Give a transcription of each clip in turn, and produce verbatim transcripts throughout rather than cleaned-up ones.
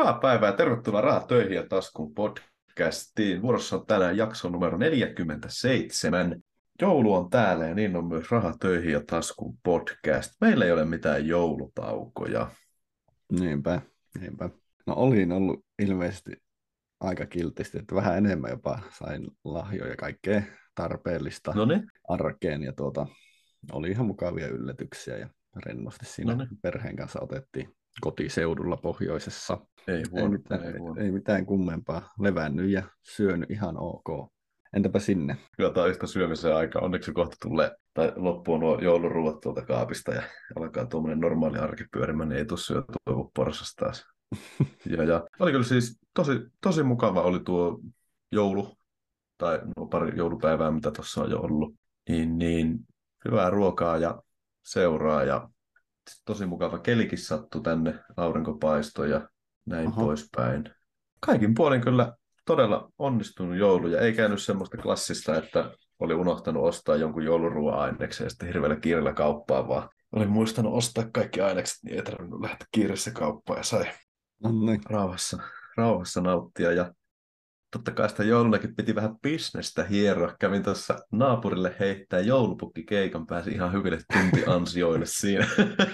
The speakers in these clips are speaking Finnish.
Hyvää päivää ja tervetuloa Rahat töihin ja taskun podcastiin. Vuorossa on tänään jakso numero neljäkymmentäseitsemän. Joulu on täällä ja niin on myös Rahat töihin ja taskun podcast. Meillä ei ole mitään joulutaukoja. Niinpä, niinpä. No olin ollut ilmeisesti aika kiltisti, että vähän enemmän jopa sain lahjoja ja kaikkea tarpeellista Noniin, arkeen. Ja tuota, oli ihan mukavia yllätyksiä ja rennosti siinä Noniin. perheen kanssa otettiin kotiseudulla pohjoisessa. Ei Ei huono, mitään, ei huono. ei mitään kummempaa. Levännyt ja syönyt ihan ok. Entäpä sinne? Kyllä tämä on yhtä syömisen aika. Onneksi kohta tulee, tai loppuu nuo jouluruuat tuolta kaapista ja alkaa tuommoinen normaali arki pyörimään, niin ei tule syötyä kuin porsas taas. Ja, ja oli kyllä siis tosi, tosi mukava oli tuo joulu, tai nuo pari joulupäivää, mitä tuossa on jo ollut. Niin, niin hyvää ruokaa ja seuraa ja tosi mukava kelikin sattui tänne, aurinko paistoi ja näin Aha. poispäin. Kaikin puolin kyllä todella onnistunut joulu ja ei käynyt semmoista klassista, että oli unohtanut ostaa jonkun jouluruoan aineksen ja sitten hirveällä kiireellä kauppaan, vaan olin muistanut ostaa kaikki ainekset, niin ei tarvinnut lähteä kiireessä kauppaan ja sai No niin. rauhassa, rauhassa nauttia. Ja totta kai sitä joulunakin piti vähän bisnestä hieroa. Kävin tuossa naapurille heittää joulupukkikeikan, pääsi ihan hyville tuntiansioille siinä.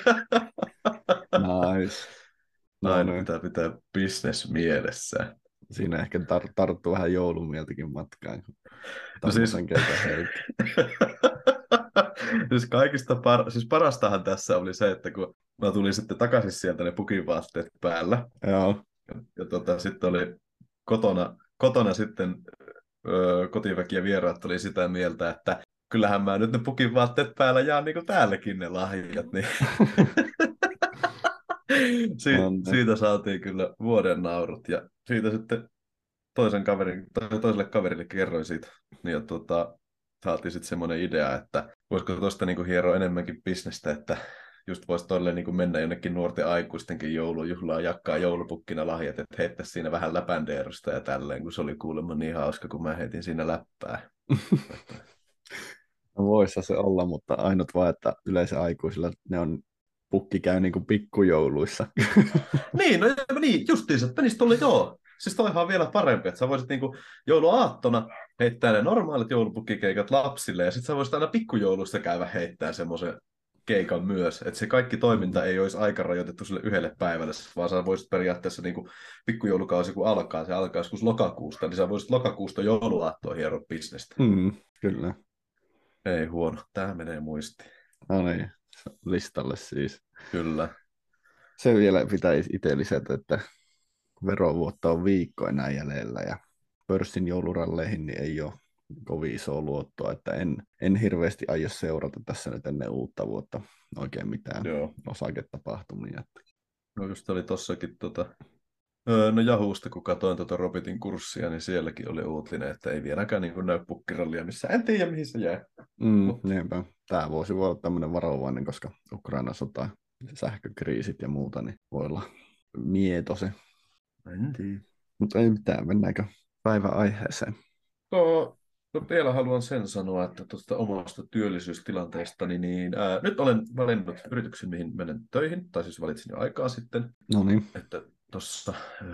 Nice. No Aina niin. pitää pitää business mielessä. Siinä ehkä tar- tarttuu vähän joulumieltäkin matkaan. No siis, Tommosen keikan heitti. siis kaikista par... siis parastahan tässä oli se, että kun mä tulin sitten takaisin sieltä ne pukivaatteet päällä, Joo. ja, ja tota, sitten oli kotona, kotona sitten ö, kotiväki ja vieraat oli sitä mieltä, että kyllähän mä nyt ne pukivaatteet päällä jaan niin kuin täälläkin ne lahjat, niin si- No niin. siitä saatiin kyllä vuoden naurut, ja siitä sitten toisen kaverin, to- toiselle kaverille kerroin siitä, niin ja tota, saatiin sitten semmoinen idea, että voisiko tuosta niinku hieroa enemmänkin bisnestä, että just voisi tolleen niinku mennä jonnekin nuorten aikuistenkin joulujuhlaan, jakkaa joulupukkina lahjat, että heittäisi siinä vähän läpändeerusta ja tälleen, kun se oli kuulemma niin hauska, kun mä heitin siinä läppää. No voissa se olla, mutta ainut vaan, että yleensä aikuisilla ne on pukki käy niin kuin pikkujouluissa. Niin, no niin, justiinsa, että menisi tuolle joo. Siis toihan on vielä parempi, että sä voisit niinku jouluaattona heittää ne normaalit joulupukkikeikat lapsille, ja sitten sä voisit aina pikkujoulusta käydä heittää semmoisen keikan myös, että se kaikki toiminta ei olisi aika rajoitettu sille yhdelle päivälle, vaan sä voisit periaatteessa niinku pikkujoulukausi kun alkaa, se alkaa joskus lokakuusta, niin sä voisit lokakuusta jouluaattoa hieroa bisnestä. Mm, kyllä. Ei huono, tää menee muistiin. No niin, listalle siis. Kyllä. Se vielä pitäisi itse lisätä, että verovuotta on viikko enää jäljellä ja pörssin jouluralleihin niin ei ole kovin isoa luottoa, että en, en hirveästi aio seurata tässä nyt ennen uutta vuotta oikein mitään Joo. osaketapahtumia. No just oli tossakin tota, öö, no Jahusta, kun katsoin tuota Robitin kurssia, niin sielläkin oli uutinen, että ei vieläkään niin näy pukkirallia missä. En tiedä, mihin se jää. Mm, niinpä. Tämä voisi voi olla tämmöinen varovainen, koska Ukraina sota, sähkökriisit ja muuta, niin voi olla mieto se. En tiedä. Mutta ei mitään, mennäänkö päivän aiheeseen? No, no vielä haluan sen sanoa, että tuosta omasta työllisyystilanteesta, niin, niin ää, nyt olen valinnut yrityksen, mihin menen töihin, tai siis valitsin jo aikaa sitten, No niin. että tuossa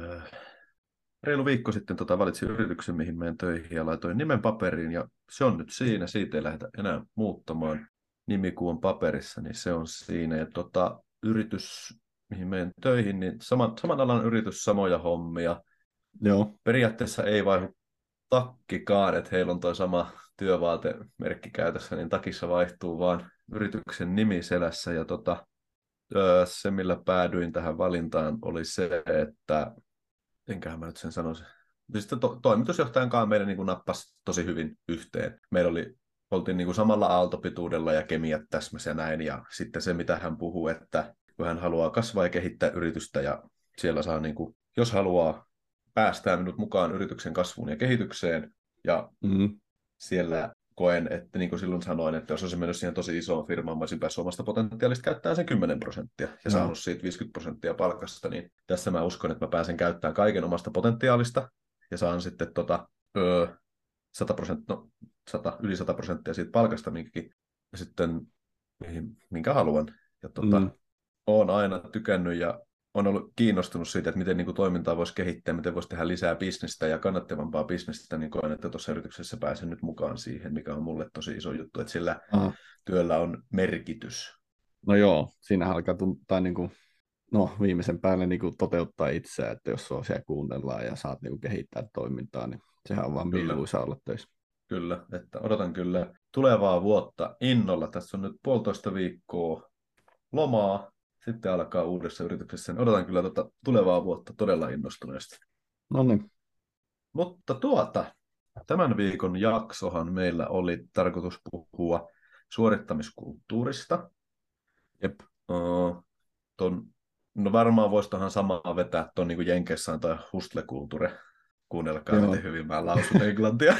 reilu viikko sitten tota, valitsin yrityksen, mihin menen töihin ja laitoin nimen paperiin, ja se on nyt siinä, siitä ei lähdetä enää muuttamaan. Nimi kun on paperissa, niin se on siinä, ja tota, yritys, mihin menen töihin, niin saman, saman alan yritys, samoja hommia. Joo. Periaatteessa ei vaihdu takkikaan, että heillä on toi sama työvaatemerkki käytössä, niin takissa vaihtuu vaan yrityksen nimi selässä. Ja tota, se, millä päädyin tähän valintaan, oli se, että, enköhän mä nyt sen sanoisin, sitten to- toimitusjohtajan kanssa meidän niin kuin nappasi tosi hyvin yhteen. Meillä oli, oltiin niin kuin samalla aaltopituudella ja kemiat täsmäsi ja näin, ja sitten se, mitä hän puhuu, että kun hän haluaa kasvaa ja kehittää yritystä, ja siellä saa, niin kuin, jos haluaa, päästään minut mukaan yrityksen kasvuun ja kehitykseen, ja Mm. siellä koen, että niin kuin silloin sanoin, että jos olisin mennyt siihen tosi isoon firmaan, mä olisin päässyt omasta potentiaalista käyttämään sen kymmenen prosenttia ja Joo. saanut siitä viisikymmentä prosenttia palkasta, niin tässä mä uskon, että mä pääsen käyttämään kaiken omasta potentiaalista ja saan sitten tota, öö, sata prosenttia, no, sata, yli sata prosenttia siitä palkasta, minkäkin, ja sitten minkä haluan. Ja tota, Mm. olen aina tykännyt ja on ollut kiinnostunut siitä, että miten niin kuin toimintaa voisi kehittää, miten voisi tehdä lisää bisnestä ja kannattavampaa bisnestä, niin koen, että tuossa yrityksessä pääsen nyt mukaan siihen, mikä on mulle tosi iso juttu, että sillä Aha. työllä on merkitys. No joo, siinähän alkaa tuntua niin kuin, no viimeisen päälle niin kuin toteuttaa itseä, että jos sua siellä kuunnellaan ja saat niin kuin kehittää toimintaa, niin sehän on vaan Kyllä. mieluisa olla töissä. Kyllä, että odotan kyllä tulevaa vuotta innolla. Tässä on nyt puolitoista viikkoa lomaa, sitten alkaa uudessa yrityksessä. Odotan kyllä tuota tulevaa vuotta todella innostuneesti. No niin. Mutta tuota, tämän viikon jaksohan meillä oli tarkoitus puhua suorittamiskulttuurista. Jep. Uh, ton, no varmaan voisi tuohon samaa vetää tuon niin kuin Jenkeissä on toi hustle-kulttuuri. Kuunnelkaa, Joo. miten hyvin mä lausun englantia.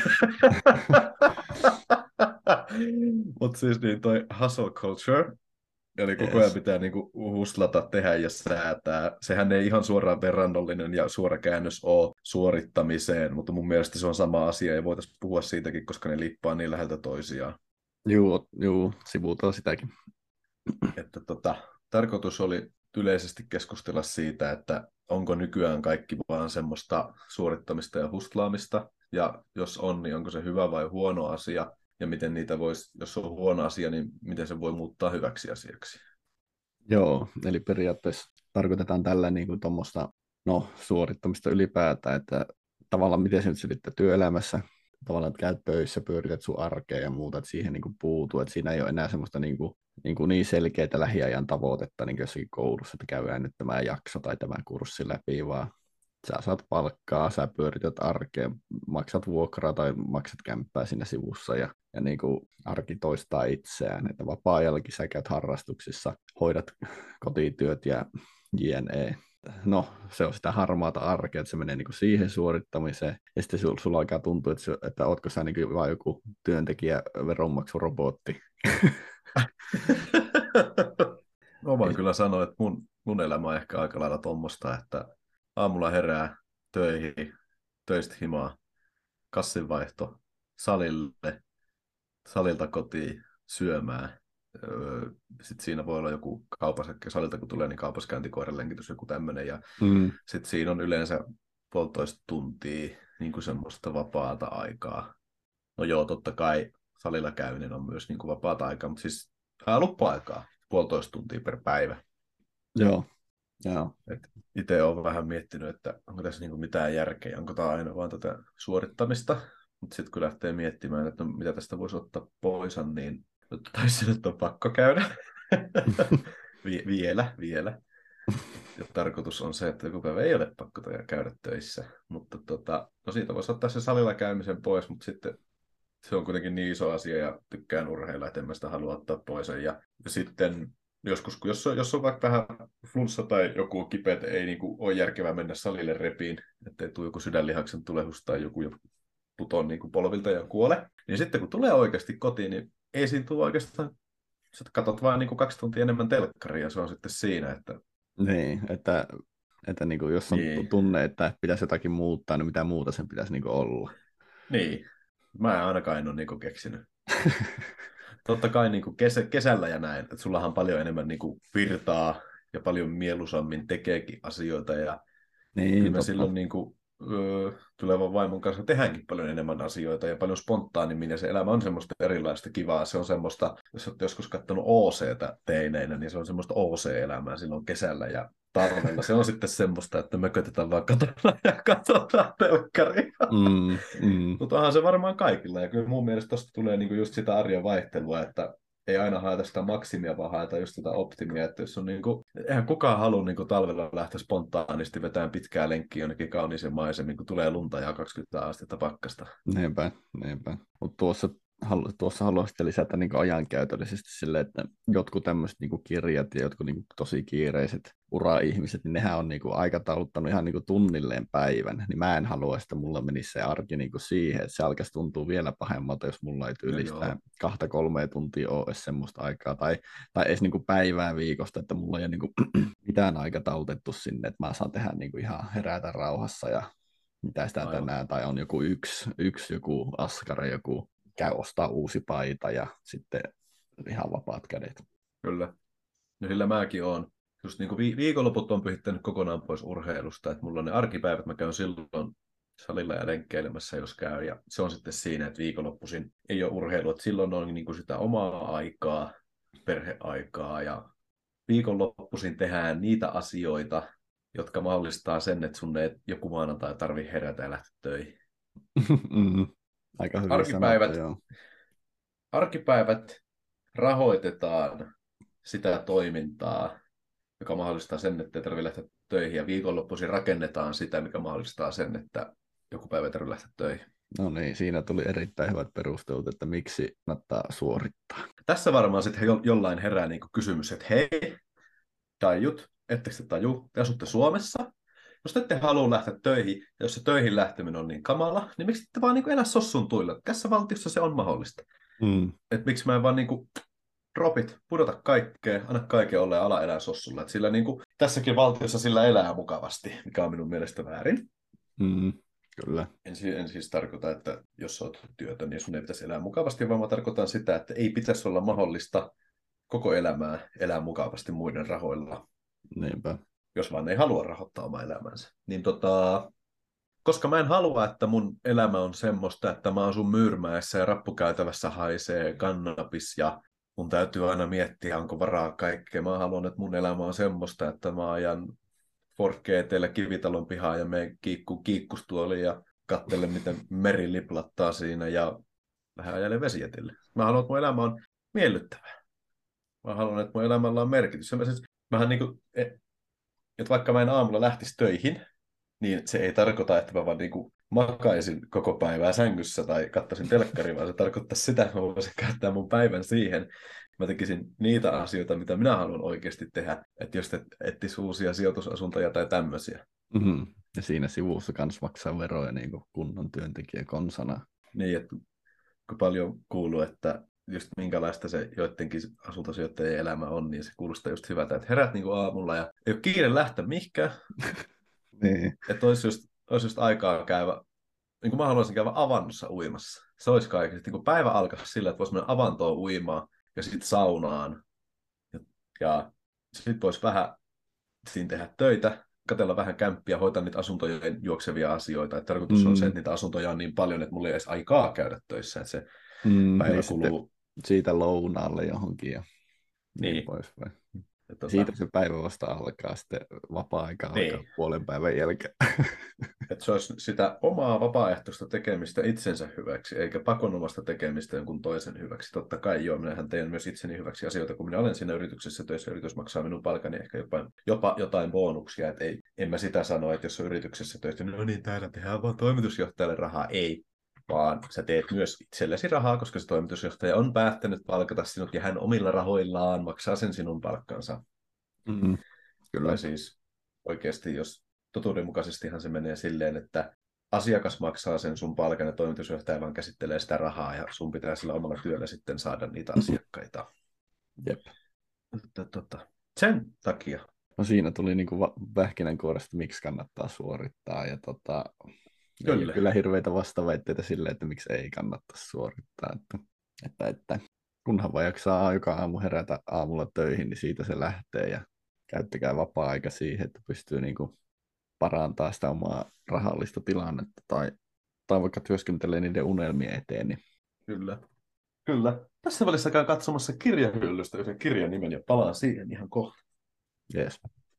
Mutta siis niin toi hustle culture, eli koko ajan Yes. pitää niinku huslata, tehdä ja säätää. Sehän ei ihan suoraan verrannollinen ja suora käännös ole suorittamiseen, mutta mun mielestä se on sama asia ja voitaisiin puhua siitäkin, koska ne liippaa niin läheltä toisiaan. Juu, juu, sivuutaan sitäkin. Että tota, tarkoitus oli yleisesti keskustella siitä, että onko nykyään kaikki vaan semmoista suorittamista ja hustlaamista, ja jos on, niin onko se hyvä vai huono asia, ja miten niitä voisi, jos on huono asia, niin miten se voi muuttaa hyväksi asiaksi. Joo, eli periaatteessa tarkoitetaan tällä niin kuin tuommoista no, suorittamista ylipäätään, että tavallaan miten se nyt selittää työelämässä, tavallaan että käyt töissä, pyörität sun arkea ja muuta, että siihen niin kuin puutuu, että siinä ei ole enää semmoista niin, kuin, niin, kuin niin selkeää lähiajan tavoitetta niin kuin jossakin koulussa, että käydään nyt tämä jakso tai tämä kurssi läpi, vaan sä saat palkkaa, sä pyörität arkea, maksat vuokraa tai maksat kämppää siinä sivussa ja, ja niin kuin arki toistaa itseään. Että vapaa-ajallakin sä käyt harrastuksissa, hoidat kotityöt ja jne. No, se on sitä harmaata arkea, että se menee niin kuin siihen suorittamiseen. Ja sitten sulla, sulla alkaa tuntua, että, se, että ootko sä niin kuin vaan joku työntekijä veronmaksurobotti. Mä voin kyllä sanoa, että mun, mun elämä on ehkä aika lailla tuommoista, että aamulla herää töihin, töistä himaa, kassinvaihto, salille, salilta kotiin syömään. Öö, sitten siinä voi olla joku kaupasäkki, salilta kun tulee, niin kaupaskäyntikoiran lenkitys, joku tämmöinen. Ja Mm. sitten siinä on yleensä puolitoista tuntia niin kuin semmoista vapaata aikaa. No joo, totta kai salilla käyminen on myös niin kuin vapaata aikaa, mutta siis ää, loppuaikaa puolitoista tuntia per päivä. Joo, joo. Itse olen vähän miettinyt, että onko tässä niinku mitään järkeä, onko tämä aina vaan tätä suorittamista, mutta sitten kun lähtee miettimään, että no, mitä tästä voisi ottaa pois, niin tai se nyt on pakko käydä. Vie- vielä, vielä. Ja tarkoitus on se, että joku päivä ei ole pakko käydä töissä, mutta tota, no siitä voisi ottaa se salilla käymisen pois, mutta sitten se on kuitenkin niin iso asia ja tykkään urheilla, että en mä sitä halua ottaa pois. Ja, ja sitten joskus, jos on, jos on vaikka vähän flunssa tai joku kipeä, että ei niin kuin, ole järkevää mennä salille repiin, ettei tule joku sydänlihaksen tulehus tai joku putoa niin kuin polvilta ja kuole, niin sitten kun tulee oikeasti kotiin, niin ei siinä tule oikeastaan, sä katsot vaan niin kuin kaksi tuntia enemmän telkkaria ja se on sitten siinä, että Niin, että, että niin kuin jos on niin. tunne, että pitäisi jotakin muuttaa, niin mitä muuta sen pitäisi niin kuin olla. Niin, mä en ainakaan en ole niin kuin keksinyt. Totta kai niin kuin kesä, kesällä ja näin, että sullahan on paljon enemmän niin kuin virtaa ja paljon mieluisammin tekeekin asioita ja Niin, kyllä me totta. silloin niin kuin, öö, tulevan vaimon kanssa tehdäänkin paljon enemmän asioita ja paljon spontaanimmin ja se elämä on semmoista erilaista kivaa. Se on semmoista, jos olet joskus katsonut O C:tä teineinä, niin se on semmoista O C-elämää silloin kesällä ja talvella. Se on sitten semmoista, että mökötetään vaan katsotaan ja katsotaan telkkaria. Mm, mm. Mutta onhan se varmaan kaikilla. Ja kyllä mun mielestä tuosta tulee niinku just sitä arjen vaihtelua, että ei aina haeta sitä maksimia, vaan haeta just sitä optimia. Että jos on niinku, eihän kukaan halua niinku talvella lähteä spontaanisti vetämään pitkää lenkkiä jonnekin kauniiseen maisemiin, kun tulee lunta ja kaksikymmentä astetta pakkasta. Niinpä, niinpä. Mutta tuossa, halu, tuossa haluaisin lisätä niin ajankäytöllisesti sille, että jotkut tämmöiset niin kirjat ja jotkut niin tosi kiireiset ura-ihmiset, niin nehän on niin aikatauluttanut ihan niin tunnilleen päivän. Niin mä en halua, että mulla menisi se arki niin siihen, että se alkaisi tuntua vielä pahemmalta, jos mulla ei tyylistää kahta kolmea tuntia ole edes semmoista aikaa. Tai, tai edes niin päivää viikosta, että mulla ei ole niin mitään aikataulutettu sinne, että mä saan tehdä niin ihan herätä rauhassa ja mitä sitä Aivan. tänään, tai on joku yksi, yksi joku askare, joku käy ostaa uusi paita ja sitten ihan vapaat kädet. Kyllä. No sillä mäkin oon just niin kuin vi- viikonloput on pyhittänyt kokonaan pois urheilusta, että mulla on ne arkipäivät, mä käyn silloin salilla ja lenkkeilemässä, jos käy, ja se on sitten siinä, että viikonloppuisin ei ole urheilu, että silloin on niin kuin sitä omaa aikaa, perheaikaa, ja viikonloppuisin tehdään niitä asioita, jotka mahdollistaa sen, että sun ei joku maanantai tarvitse herätä ja lähteä töihin. mm, aika hyvin Arkipäivät, sanottu, joo. arkipäivät rahoitetaan sitä toimintaa, joka mahdollistaa sen, että ei tarvitse lähteä töihin, ja viikonloppuisin rakennetaan sitä, mikä mahdollistaa sen, että joku päivä ei tarvitse lähteä töihin. No niin, siinä tuli erittäin hyvät perustelut, että miksi kannattaa suorittaa. Tässä varmaan sitten jo- jollain herää niin kysymys, että hei, taijut, ettekö te taju, te asutte Suomessa, jos te ette halua lähteä töihin, ja jos se töihin lähteminen on niin kamala, niin miksi te vaan niin elä sossun tuilla? Tässä valtiossa se on mahdollista. Mm. Että miksi mä en vaan niin kuin, dropit, pudota kaikkea, anna kaiken olla ja ala elää sossulla. Et sillä niin kuin, tässäkin valtiossa sillä elää mukavasti, mikä on minun mielestä väärin. Mm. Kyllä. En, en siis tarkoita, että jos olet työtön, niin sun ei pitäisi elää mukavasti, vaan mä tarkoitan sitä, että ei pitäisi olla mahdollista koko elämää elää mukavasti muiden rahoilla. Niinpä. Jos vaan ei halua rahoittaa omaa elämäänsä. Niin tota, koska mä en halua, että mun elämä on semmoista, että mä asun Myyrmäessä ja rappukäytävässä haisee kannabis ja mun täytyy aina miettiä, onko varaa kaikkea. Mä haluan, että mun elämä on semmoista, että mä ajan Ford G T:llä Kivitalon pihaan ja menen kiikku kiikkustuoliin ja katselen, miten meri liplattaa siinä ja vähän ajelen vesijätille. Mä haluan, että mun elämä on miellyttävää. Mä haluan, että mun elämällä on merkitys. Mä siis, mähän niinku, että vaikka mä en aamulla lähtisi töihin, niin se ei tarkoita, että mä vaan niinku makaisin koko päivää sängyssä tai kattaisin telkkari, vaan se tarkoittaa sitä, että mä voisin käyttää mun päivän siihen. Mä tekisin niitä asioita, mitä minä haluan oikeasti tehdä, että jos et etsisi uusia sijoitusasuntoja tai tämmöisiä. Mm-hmm. Ja siinä sivussa kans maksaa veroja niin kuin kunnon työntekijä konsana. Niin, että kun paljon kuuluu, että just minkälaista se joidenkin asuntosijoittajien elämä on, niin se kuulostaa just hyvältä, että herät niin kuin aamulla ja ei ole kiire lähteä mihinkään. Niin. Että olisi just, olisi just aikaa käydä, niin kuin mä haluaisin käydä avannossa uimassa. Se olisi kaikista. Niin kuin päivä alkaisi sillä, että voisi mennä avantoon uimaan ja sitten saunaan. Ja, ja sitten voisi vähän siinä tehdä töitä, katsella vähän kämppiä, hoitaa niitä asuntojen juoksevia asioita. Et tarkoitus mm. on se, että niitä asuntoja on niin paljon, että mulla ei edes aikaa käydä töissä. Että se mm, päivä niin kuluu. Siitä lounaalle johonkin ja niin, niin pois. Vai? Tuota... Siitä se päivä vasta alkaa, sitten vapaa-aika niin. Alkaa puolen päivän jälkeen. Että se olisi sitä omaa vapaaehtoista tekemistä itsensä hyväksi, eikä pakonomasta tekemistä jonkun toisen hyväksi. Totta kai joo, minähän teen myös itseni hyväksi asioita, kun minä olen siinä yrityksessä töissä, yritys maksaa minun palkani ehkä jopa, jopa jotain bonuksia. Että ei, en mä sitä sano, että jos on yrityksessä töissä, no niin, täällä tehdään vaan toimitusjohtajalle rahaa. Ei, vaan sä teet myös itsellesi rahaa, koska se toimitusjohtaja on päättänyt palkata sinut ja hän omilla rahoillaan maksaa sen sinun palkkansa. Mm-hmm. Kyllä. Tai siis oikeasti, jos totuudenmukaisestihan se menee silleen, että asiakas maksaa sen sun palkan ja toimitusjohtaja vaan käsittelee sitä rahaa ja sun pitää sillä omalla työllä sitten saada niitä asiakkaita. Jep. Mutta, tota, sen takia. No siinä tuli niinku pähkinänkuoresta, miksi kannattaa suorittaa ja tota, kyllä. kyllä hirveitä vastaväitteitä sille, että miksi ei kannattaisi suorittaa. Että, että, että kunhan vaan jaksaa joka aamu herätä aamulla töihin, niin siitä se lähtee ja käyttäkää vapaa-aika siihen, että pystyy niinku parantaa sitä omaa rahallista tilannetta tai, tai vaikka työskentelee niiden unelmien eteen. Niin... Kyllä. Kyllä. Tässä välissä käyn katsomassa kirjahyllystä yhden kirjan nimen ja palaan siihen ihan kohta. Yes.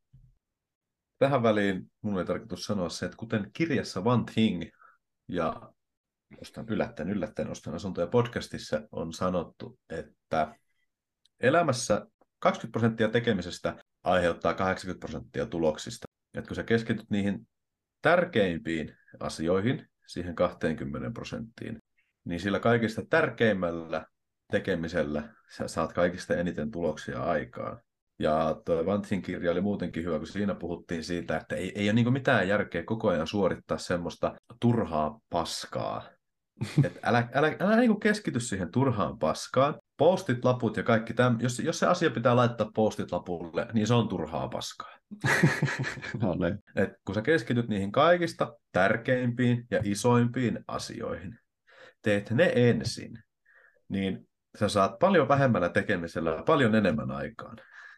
Tähän väliin mun ei tarkoitus sanoa se, että kuten kirjassa One Thing ja ostan yllättäen, yllättäen ostan asuntoja podcastissa on sanottu, että elämässä kaksikymmentä prosenttia tekemisestä aiheuttaa kahdeksankymmentä prosenttia tuloksista. Että kun sä keskityt niihin tärkeimpiin asioihin, siihen kaksikymmentä prosenttiin, niin sillä kaikista tärkeimmällä tekemisellä sä saat kaikista eniten tuloksia aikaan. Ja tuo Vanthin kirja oli muutenkin hyvä, kun siinä puhuttiin siitä, että ei, ei ole niin mitään järkeä koko ajan suorittaa semmoista turhaa paskaa. Et älä älä, älä niin keskity siihen turhaan paskaan. Postit, laput ja kaikki tämä. Jos, jos se asia pitää laittaa postit lapulle, niin se on turhaa paskaa. No niin. Et kun sä keskityt niihin kaikista tärkeimpiin ja isoimpiin asioihin, teet ne ensin, niin sä saat paljon vähemmällä tekemisellä paljon enemmän aikaan.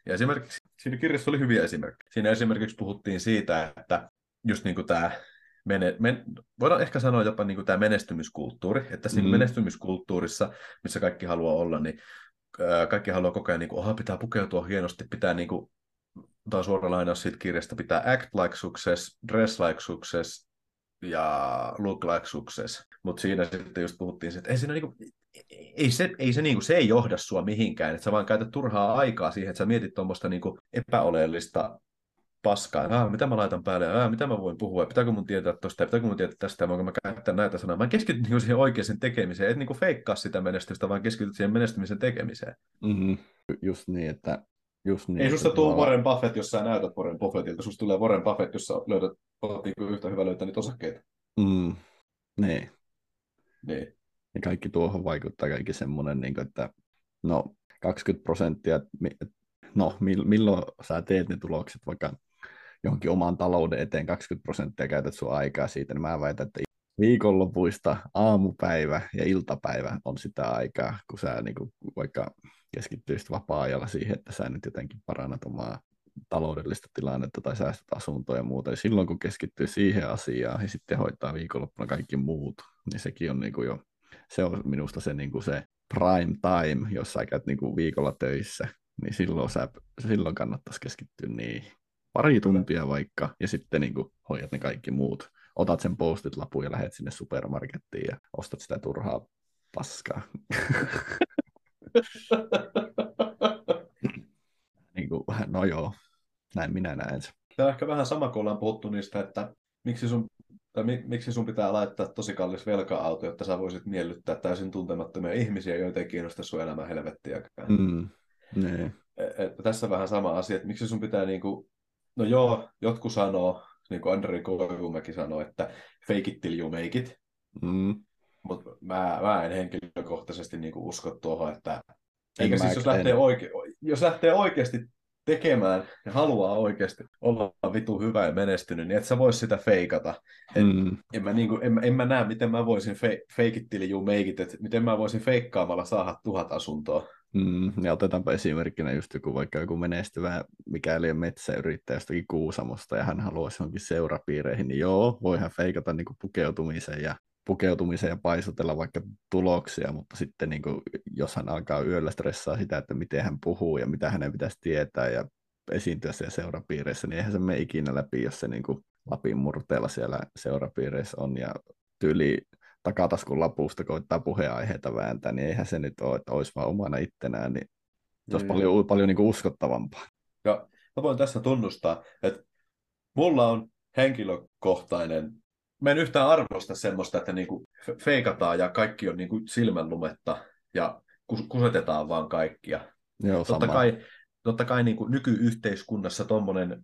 Ja esimerkiksi siinä kirjassa oli hyviä esimerkkejä. Siinä esimerkiksi puhuttiin siitä, että just niin kuin tämä, mene, men, voidaan ehkä sanoa jopa niin kuin tämä menestymiskulttuuri, että siinä Mm. menestymiskulttuurissa, missä kaikki haluaa olla, niin ää, kaikki haluaa koko ajan, niin kuin, pitää pukeutua hienosti, pitää, niin kuin, tämä on suora lainaus siitä kirjasta, pitää act like success, dress like success ja look like success. Mutta siinä sitten just puhuttiin, että ei, siinä niinku, ei se, ei se, niinku, se ei johda sua mihinkään, että sä vaan käytät turhaa aikaa siihen, että sä mietit tuommoista niinku epäoleellista paskaa. Ah, mitä mä laitan päälle? Ah, mitä mä voin puhua? Pitääkö mun tietää tosta? Pitääkö mun tietää tästä? Voinko mä käyttää näitä sanoja? Mä keskityn niinku siihen oikeaan tekemiseen. Et niinku feikkaa sitä menestystä, vaan keskityt siihen menestymisen tekemiseen. Mm-hmm. Just niin, että... Just niin, Ei että susta tule tavallaan... Warren Buffett, jos sä näytät Warren Buffettilta. Susta tulee Warren Buffett, jos sä löydät, olet niinku yhtä hyvä löytää niitä osakkeita. Mm. Niin. Niin. Ja kaikki tuohon vaikuttaa kaikki semmoinen, niin kuin, että no kaksikymmentä prosenttia, no milloin sä teet ne tulokset vaikka johonkin oman talouden eteen, kaksikymmentä prosenttia käytät sun aikaa siitä, niin mä väitän, että viikonlopuista aamupäivä ja iltapäivä on sitä aikaa, kun sä niin kuin, vaikka keskittyisit vapaa-ajalla siihen, että sä nyt jotenkin parannat omaa taloudellista tilannetta tai säästät asuntoja ja muuta. Ja silloin kun keskittyy siihen asiaan ja sitten hoitaa viikonloppuna kaikki muut, niin sekin on niin kuin jo, se on minusta se, niin kuin se prime time, jos sä käyt niin kuin viikolla töissä, niin silloin, sä, silloin kannattaisi keskittyä niihin. Pari tuntia vaikka, ja sitten niin kuin hoidat ne kaikki muut. Otat sen postit lapun ja lähdet sinne supermarkettiin ja ostat sitä turhaa paskaa. niin kuin, no joo, näin minä näen sen. Tämä on ehkä vähän sama, kun ollaan puhuttu niistä, että miksi sun, tai mi, miksi sun pitää laittaa tosi kallis velka-auto, jotta sä voisit miellyttää täysin tuntemattomia ihmisiä, joita ei kiinnosta sun elämä helvettiäkään. Mm, nee. Että tässä vähän sama asia, että miksi sun pitää, niin kuin, no joo, jotkut sanoo, niin kuin Andrei Koivumäki sanoo, että fake it till you make it, Mm. mutta mä, mä en henkilökohtaisesti niin kuin usko tuohon, että En eikä mä, siis jos lähtee, en. oike, jos lähtee oikeasti tekemään ja haluaa oikeasti olla vitu hyvä ja menestynyt, niin et sä vois sitä feikata. Et Mm. en, mä niinku, en, en mä näe, miten mä voisin fe, fake it till you make it, että miten mä voisin feikkaamalla saada tuhat asuntoa. Mm. Ja otetaanpa esimerkkinä just joku vaikka joku menestyvä mikäli metsäyrittäjä jostakin Kuusamosta ja hän haluaisi johonkin seurapiireihin, niin joo, voihan feikata niin kuin pukeutumisen ja pukeutumiseen ja paisutella vaikka tuloksia, mutta sitten niin kuin, jos hän alkaa yöllä stressaa sitä, että miten hän puhuu ja mitä hänen pitäisi tietää ja esiintyä siellä seurapiireissä, niin eihän se mene ikinä läpi, jos se niin kuin Lapin murteella siellä seurapiireissä on ja tyyli takataskun lapusta koittaa puheenaiheita vääntää, niin eihän se nyt ole, että olisi vaan omana ittenään, niin se olisi Mm. paljon, paljon niin kuin uskottavampaa. Ja mä voin tässä tunnustaa, että mulla on henkilökohtainen, mä en yhtään arvosta semmoista, että niinku feikataan ja kaikki on niinku silmänlumetta ja kusetetaan vaan kaikkia. Joo, Totta sama. kai, totta kai niin kuin nykyyhteiskunnassa tuommoinen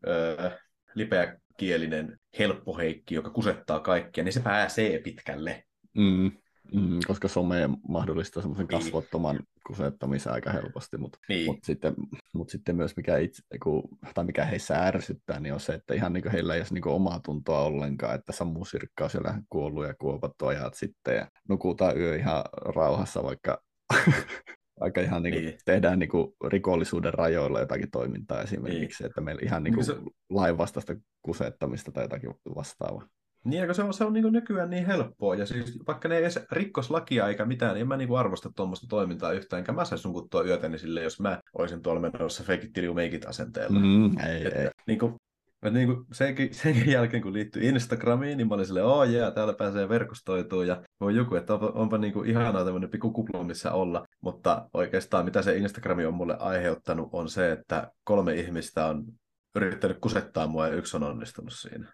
lipeäkielinen helppoheikki, joka kusettaa kaikkia, niin se pääsee pitkälle. Mm, mm, koska some mahdollistaa semmoisen Niin. kasvottoman kusettamisen aika helposti, mutta Niin. mut sitten, mut sitten myös mikä, itse, kun, tai mikä heissä ärsyttää, niin on se, että ihan niin kuin heillä ei ole niin kuin omaa tuntoa ollenkaan, että Samu Sirkka on siellä kuollut ja kuopattu ajat sitten ja nukutaan yö ihan rauhassa, vaikka aika ihan niin kuin Niin. tehdään niin kuin rikollisuuden rajoilla jotakin toimintaa esimerkiksi, Niin. että meillä ihan niin kuin Se- lainvastaista kusettamista tai jotakin vastaavaa. Niin, ja se on, se on niin kuin nykyään niin helppoa, ja siis vaikka ne ei edes rikkos lakia eikä mitään, niin en mä niin kuin arvosta tuommoista toimintaa yhtään, enkä mä saisi nukuttua yötäni sille, jos mä olisin tuolla menossa fake it till you make it -asenteella. Mm, ei, Että, ei. niin kuin, että niin kuin senkin, senkin jälkeen, kun liittyi Instagramiin, niin mä olin silleen, oh yeah, täällä pääsee verkostoitumaan, ja voi joku, että onpa, onpa niin kuin ihanaa tämmöinen pikku kupla, missä olla, mutta oikeastaan mitä se Instagrami on mulle aiheuttanut, on se, että kolme ihmistä on yrittänyt kusettaa mua, ja yksi on onnistunut siinä.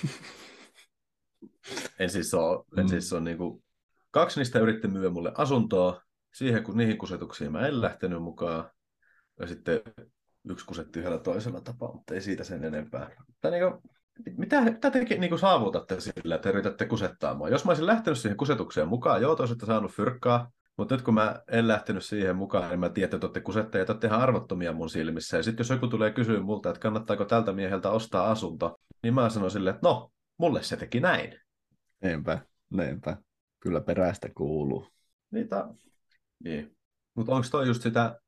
En siis ole, Mm. en siis ole niin kuin, kaksi niistä yritti myyä mulle asuntoa, siihen kun niihin kusetuksiin mä en lähtenyt mukaan, ja sitten yksi kusetti yhdellä toisella tapaa, mutta ei siitä sen enempää. Tai niin kuin, mitä, mitä te niin kuin saavutatte sillä, että yritätte kusettaa mua? Jos mä olisin lähtenyt siihen kusetukseen mukaan, joo, te olisitte saanut fyrkkaa, mutta nyt kun mä en lähtenyt siihen mukaan, niin mä tiedän, että te olette kusettajia, että olette ihan arvottomia mun silmissä. Ja sitten jos joku tulee kysyä multa, että kannattaako tältä mieheltä ostaa asunto, niin mä sanon silleen, että no, mulle se teki näin. Niinpä, niinpä. Kyllä perästä kuuluu. Niitä, niin. Mutta onko toi just sitä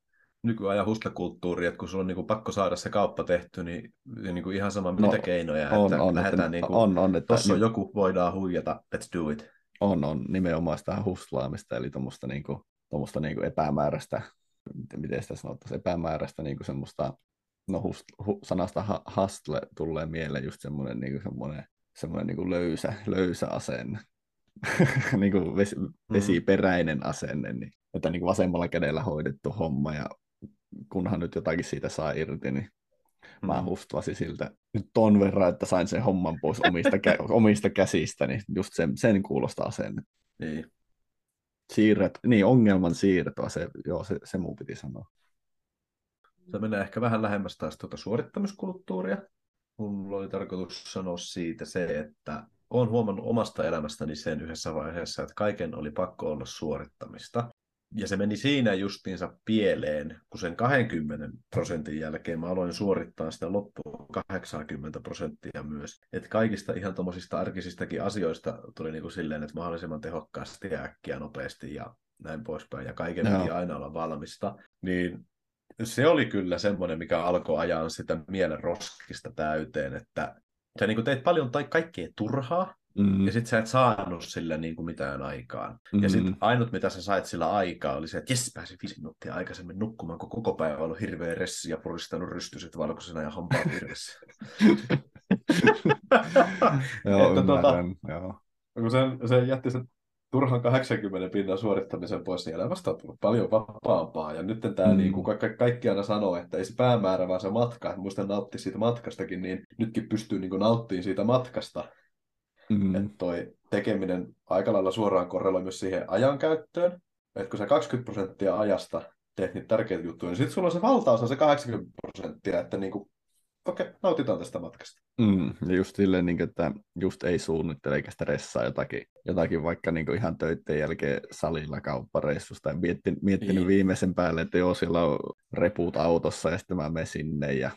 nykyajan hustlekulttuuri, että kun sulla on niin kuin pakko saada se kauppa tehty, niin, niin kuin ihan sama No mitä keinoja, on, että on, että, lähdetään niin kuin, on, on, että tossa on joku, voidaan huijata, let's do it. on, on nimenomaan sitä hustlaamista, eli tuommoista niinku, tuommoista niinku epämääräistä, miten sitä sanottaisiin, epämääräistä niinku semmoista, no hust, hu, sanasta ha, hustle tulee mieleen just semmoinen niinku semmoinen, semmoinen niinku löysä, löysä asenne, niinku vesi, vesiperäinen asenne, niin, että niinku vasemmalla kädellä hoidettu homma, ja kunhan nyt jotakin siitä saa irti, niin mä hustlasin siltä nyt ton verran, että sain sen homman pois omista, kä- omista käsistä, niin just sen, sen kuulostaa sen. Niin. Siirret, niin ongelman siirtoa, se, joo, se, se mun piti sanoa. Se menee ehkä vähän lähemmäs taas tuota suorittamiskulttuuria. Mulla oli tarkoitus sanoa siitä se, että olen huomannut omasta elämästäni sen yhdessä vaiheessa, että kaiken oli pakko olla suorittamista. Ja se meni siinä justiinsa pieleen, kun sen kaksikymmentä prosentin jälkeen mä aloin suorittaa sitä loppuun kahdeksankymmentä prosenttia myös. Että kaikista ihan tuommoisista arkisistakin asioista tuli niin kuin silleen, että mahdollisimman tehokkaasti ja äkkiä nopeasti ja näin poispäin. Ja kaiken Joo. piti aina olla valmista. Niin se oli kyllä semmoinen, mikä alkoi ajaa sitä mielen roskista täyteen, että sä niin kuin teit paljon tai kaikkea turhaa, Mm. ja sit sä et saanut sillä niin kuin mitään aikaan. Mm-hmm. Ja sit ainut, mitä sä sait sillä aikaa, oli se, että jes, pääsin viisi minuuttia aikaisemmin nukkumaan, kun koko päivä ollut hirveä ressi ja puristanut rystyset valkoisena ja hampaa virvessä. Joo, että tota, joo. kun se, se jätti sen turhan kahdeksankymmentä pinnan suorittamisen pois, niin elämästä on tullut paljon vapaampaa. Ja nyt tämä, mm. niin kuin ka- kaikki aina sanoo, että ei se päämäärä, vaan se matka. Muista nauttia siitä matkastakin, niin nytkin pystyy niin kuin nauttimaan siitä matkasta. Mm. Että toi tekeminen aika lailla suoraan korreloi myös siihen ajankäyttöön. Että kun sä kaksikymmentä prosenttia ajasta teet niitä tärkeitä juttuja, niin sitten sulla on se valtaosa se kahdeksankymmentä prosenttia, että niinku, okei, okay, nautitaan tästä matkasta. Mm, ja just silleen, niin kuin, että just ei suunnittele eikä stressaa jotakin, jotakin vaikka niin kuin ihan töiden jälkeen salilla kauppareissusta. Miettin, miettinyt niin. Viimeisen päälle, että joo, siellä on reput autossa ja sitten mä menen sinne ja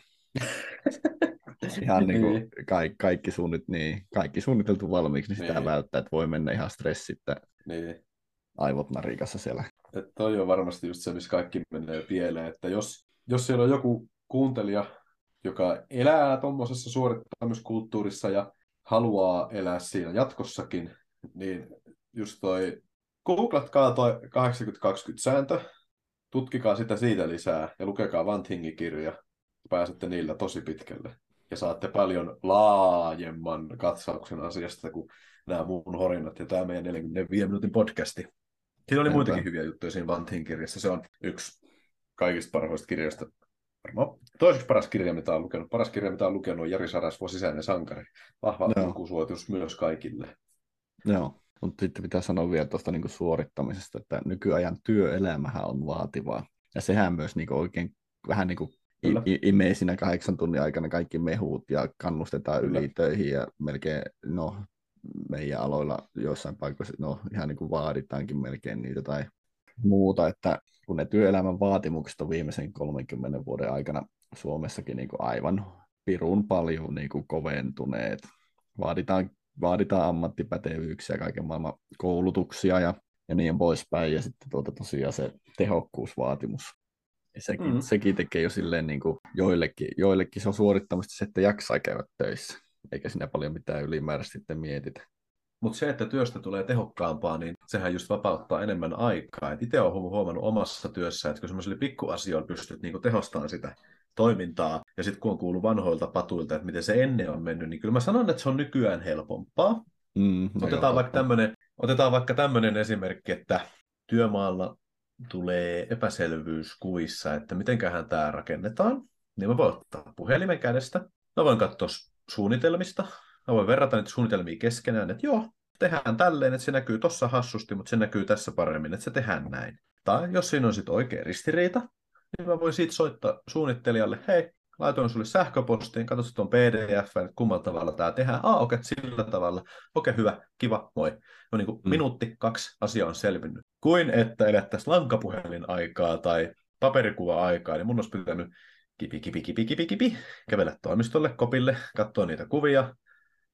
ihan niin kuin kaikki, kaikki, suunnit, niin, kaikki suunniteltu valmiiksi, niin sitä niin. Välttää, että voi mennä ihan stressittä. Niin. Aivot narikassa siellä. Että toi on varmasti just se, missä kaikki menee pieleen, että jos, jos siellä on joku kuuntelija, joka elää tuommoisessa suorittamiskulttuurissa ja haluaa elää siinä jatkossakin, niin just toi, googlatkaa toi kahdeksankymmentä kaksikymmentä sääntö, tutkikaa sitä siitä lisää ja lukekaa Vanthingin kirja, pääsette niillä tosi pitkälle. Ja saatte paljon laajemman katsauksen asiasta kuin nämä mun horinat ja tämä meidän neljänkymmenenviiden minuutin podcasti. Siinä oli Enpä. muitakin hyviä juttuja siinä Vanthingin kirjassa. Se on yksi kaikista parhaista kirjoista. Varmaan toiseksi paras kirja, mitä olen lukenut. Paras kirja, mitä olen lukenut, on Jari Sarasvuo, Sisäinen sankari. Vahva lukusuositus myös kaikille. Joo, mutta sitten pitää sanoa vielä tuosta niinku suorittamisesta, että nykyajan työelämähän on vaativaa. Ja sehän myös niinku oikein vähän niin kuin imee siinä kahdeksan tunnin aikana kaikki mehut ja kannustetaan Kyllä. ylitöihin ja melkein, no meidän aloilla joissain paikoissa, no ihan niin kuin vaaditaankin melkein niitä tai muuta, että kun ne työelämän vaatimukset on viimeisen kolmenkymmenen vuoden aikana Suomessakin niin kuin aivan pirun paljon niin kuin koventuneet. Vaaditaan, vaaditaan ammattipätevyyksiä, kaiken maailman koulutuksia ja, ja niin poispäin, ja sitten tuota tosiaan se tehokkuusvaatimus. Sekin, mm. sekin tekee jo silleen niin kuin joillekin, joillekin se on suorittamista se, että jaksaa käydä töissä, eikä siinä paljon mitään ylimääräistä sitten mietitä. Mutta se, että työstä tulee tehokkaampaa, niin sehän just vapauttaa enemmän aikaa. Itse olen huomannut omassa työssä, että kun semmoisilla pikkuasioilla pystyt niinku tehostamaan sitä toimintaa, ja sitten kun on kuullut vanhoilta patuilta, että miten se ennen on mennyt, niin kyllä mä sanon, että se on nykyään helpompaa. Mm, otetaan, vaikka tämmönen, otetaan vaikka tämmöinen esimerkki, että työmaalla tulee epäselvyys kuvissa, että mitenköhän tämä rakennetaan, niin mä voin ottaa puhelimen kädestä, mä voin katsoa suunnitelmista, mä voin verrata niitä suunnitelmia keskenään, että joo, tehdään tälleen, että se näkyy tossa hassusti, mutta se näkyy tässä paremmin, että se tehdään näin. Tai jos siinä on sitten oikea ristiriita, niin mä voin siitä soittaa suunnittelijalle, hei, laitoin sulle sähköpostiin, katso tuon P D F, että kummalla tavalla tämä tehdään. Ah, okei, okay, sillä tavalla. Okei, okay, hyvä, kiva, moi. No niin kuin mm. minuutti, kaksi, asia on selvinnyt. Kuin että elettäisiin lankapuhelin aikaa tai paperikuva-aikaa, niin mun olisi pitänyt kipi, kipi, kipi, kipi, kipi, kävellä toimistolle, kopille, katsoa niitä kuvia.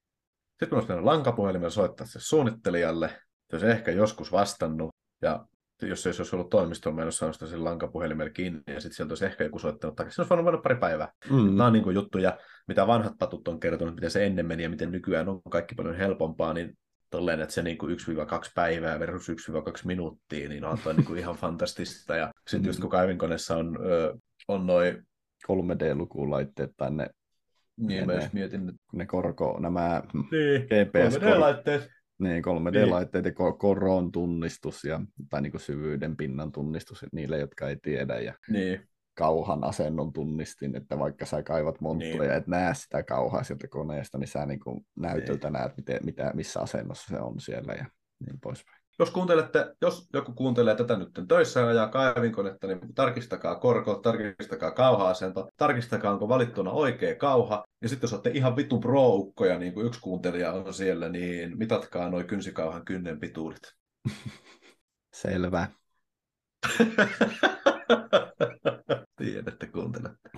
Sitten mun olisi pitänyt lankapuhelimella soittaa se suunnittelijalle, se olisi ehkä joskus vastannut, ja jos se olisi ollut toimistolla, mä en olisi saanut sitä sen lankapuhelimella kiinni, ja sitten sieltä olisi ehkä joku soittanut takaisin. Se olisi voinut voinut pari päivää. Mm. Nämä on niin kuin juttuja, mitä vanhat patut on kertonut, miten se ennen meni ja miten nykyään on kaikki paljon helpompaa, niin tolleen, että se niin kuin yksi kaksi päivää versus yksi kaksi minuuttia, niin on toi niin kuin ihan fantastista. Ja sitten mm. just kun kaivinkoneessa on, on noin kolme D-lukulaitteet tai ne, niin, ne, ne, mietin, ne korko, nämä niin, G P S kolme D-laitteet. Niin, kolme D-laitteet ja koron tunnistus ja, tai niin kuin syvyyden pinnan tunnistus niille, jotka ei tiedä. Ja niin. kauhan asennon tunnistin, että vaikka sä kaivat monttua niin. ja et näe sitä kauhaa sieltä koneesta, niin sä niin kuin näytöltä niin. näet, miten, mitä, missä asennossa se on siellä ja niin poispäin. Jos, kuuntelette, jos joku kuuntelee tätä nyt töissä ja ajaa kaivinkonetta, niin tarkistakaa korko, tarkistakaa kauha-asento, tarkistakaa onko valittuna oikea kauha. Ja sitten jos olette ihan vitun pro-ukkoja, niin kuin yksi kuuntelija on siellä, niin mitatkaa noi kynsikauhan kynnen pituudet. Selvä. Tiedän, että kuuntelette.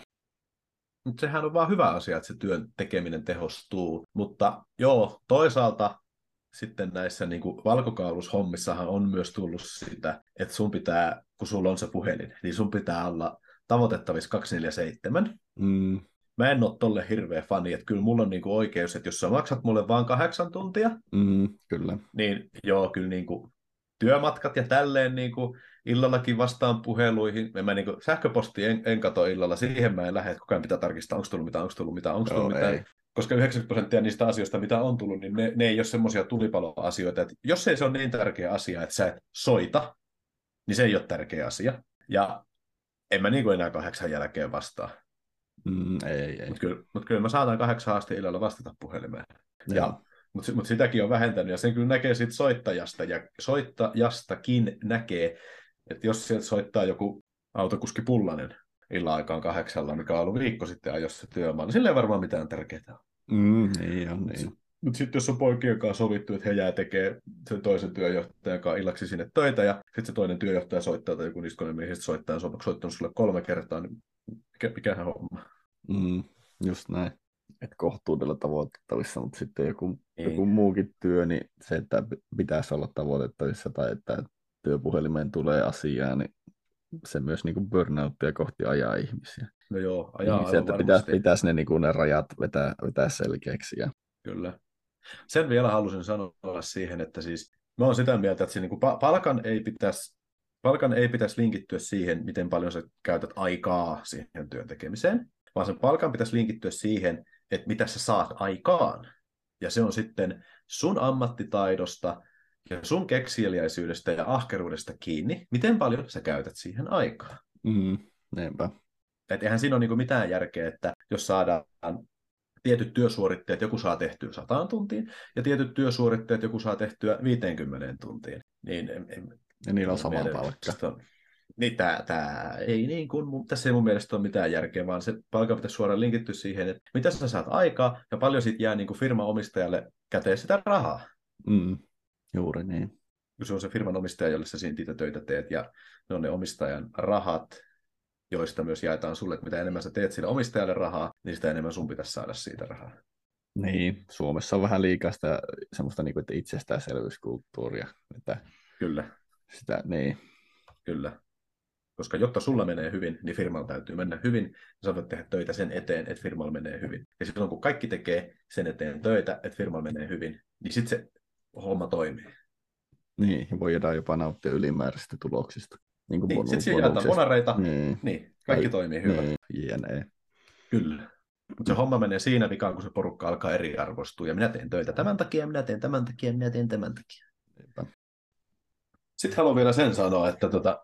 Mutta sehän on vaan hyvä asia, että se työn tekeminen tehostuu. Mutta joo, toisaalta sitten näissä niin kuin valkokaulushommissahan on myös tullut sitä, että sun pitää, kun sulla on se puhelin, niin sun pitää olla tavoitettavissa kaksikymmentäneljä seitsemän. Mm. Mä en ole tolle hirveä fani, että kyllä mulla on niin kuin oikeus, että jos sä maksat mulle vaan kahdeksan tuntia, mm, kyllä. niin joo, kyllä niin kuin työmatkat ja tälleen niin kuin illallakin vastaan puheluihin. Mä niin kuin sähköpostia en, en kato illalla, siihen mä en lähde, että koko ajan pitää tarkistaa, onko tullut mitään, onko tullut mitään, onko tullut mitään. Ei. Koska yhdeksänkymmentä prosenttia niistä asioista, mitä on tullut, niin ne, ne ei ole semmoisia tulipaloasioita. Että jos ei se ole niin tärkeä asia, että sä et soita, niin se ei ole tärkeä asia. Ja en mä niin kuin enää kahdeksan jälkeen vastaa. Mm, ei, ei. Mutta kyllä, mut kyllä mä saatan kahdeksan asti illalla vastata puhelimeen. Ja, mutta mut sitäkin on vähentänyt, ja sen kyllä näkee siitä soittajasta, ja soittajastakin näkee, että jos sieltä soittaa joku autokuski Pullanen illan aikaan kahdeksalla, mikä on ollut viikko sitten ajossa työmaa, niin sillä ei varmaan mitään tärkeää ole. Mm, niin on, niin. Mutta sitten jos on poikien kanssa sovittu, että he jää tekemään sen toisen työjohtajan kanssa illaksi sinne töitä, ja sitten se toinen työjohtaja soittaa, tai joku niistä miehistä soittaa, ja on soittanut sulle kolme kertaa, niin mikä, mikähän homma? Mm, just näin. Että kohtuudella tavoitettavissa, mutta sitten joku, joku muukin työ, niin se, että pitäisi olla tavoitettavissa tai että työpuhelimeen tulee asiaa, niin se myös niin kuin burnouttia kohti ajaa ihmisiä. No joo, ajaa niin sieltä pitäisi, pitäisi ne, niin kuin ne rajat vetää, vetää selkeäksi. Ja... Kyllä. Sen vielä halusin sanoa siihen, että siis mä oon sitä mieltä, että se, niin kuin palkan, ei pitäisi, palkan ei pitäisi linkittyä siihen, miten paljon sä käytät aikaa siihen työn tekemiseen, vaan sen palkan pitäisi linkittyä siihen, että mitä sä saat aikaan. Ja se on sitten sun ammattitaidosta ja sun keksijäliäisyydestä ja ahkeruudesta kiinni, miten paljon sä käytät siihen aikaa. Mm, niinpä. Et eihän siinä ole niinku mitään järkeä, että jos saadaan tietyt työsuoritteet, joku saa tehtyä sataan tuntiin, ja tietyt työsuoritteet, joku saa tehtyä viiteenkymmeneen tuntiin. Niin, en, en, ja niillä on sama palkka. Niin tää, tää ei niin kuin, tässä ei mun mielestä ole mitään järkeä, vaan se palkka pitäisi suoraan linkittyä siihen, että mitä sä saat aikaa, ja paljon siitä jää niin kuin firman omistajalle käteen sitä rahaa. Mm, juuri niin. Kun se on se firman omistaja, jolle sä siitä töitä teet, ja ne on ne omistajan rahat, joista myös jaetaan sulle, että mitä enemmän sä teet sille omistajalle rahaa, niin sitä enemmän sun pitäisi saada siitä rahaa. Niin, Suomessa on vähän liikaa sitä semmoista niin kuin, että itsestäänselvyyskulttuuria. Että Kyllä. Sitä, niin. Kyllä. Koska jotta sulla menee hyvin, niin firmalla täytyy mennä hyvin, ja sä voit tehdä töitä sen eteen, että firmalla menee hyvin. Ja silloin kun kaikki tekee sen eteen töitä, että firmalla menee hyvin, niin sitten se homma toimii. Niin, voidaan jopa nauttia ylimääräisistä tuloksista. Niin, niin sitten siinä jaetaan bonareita, niin. niin, kaikki Ai, toimii hyvin. Niin, jne. Kyllä. Mutta se homma menee siinä vikaan, kun se porukka alkaa eriarvostua, ja minä teen töitä tämän takia, minä teen tämän takia, minä teen tämän takia. Eipä. Sitten haluan vielä sen sanoa, että tota,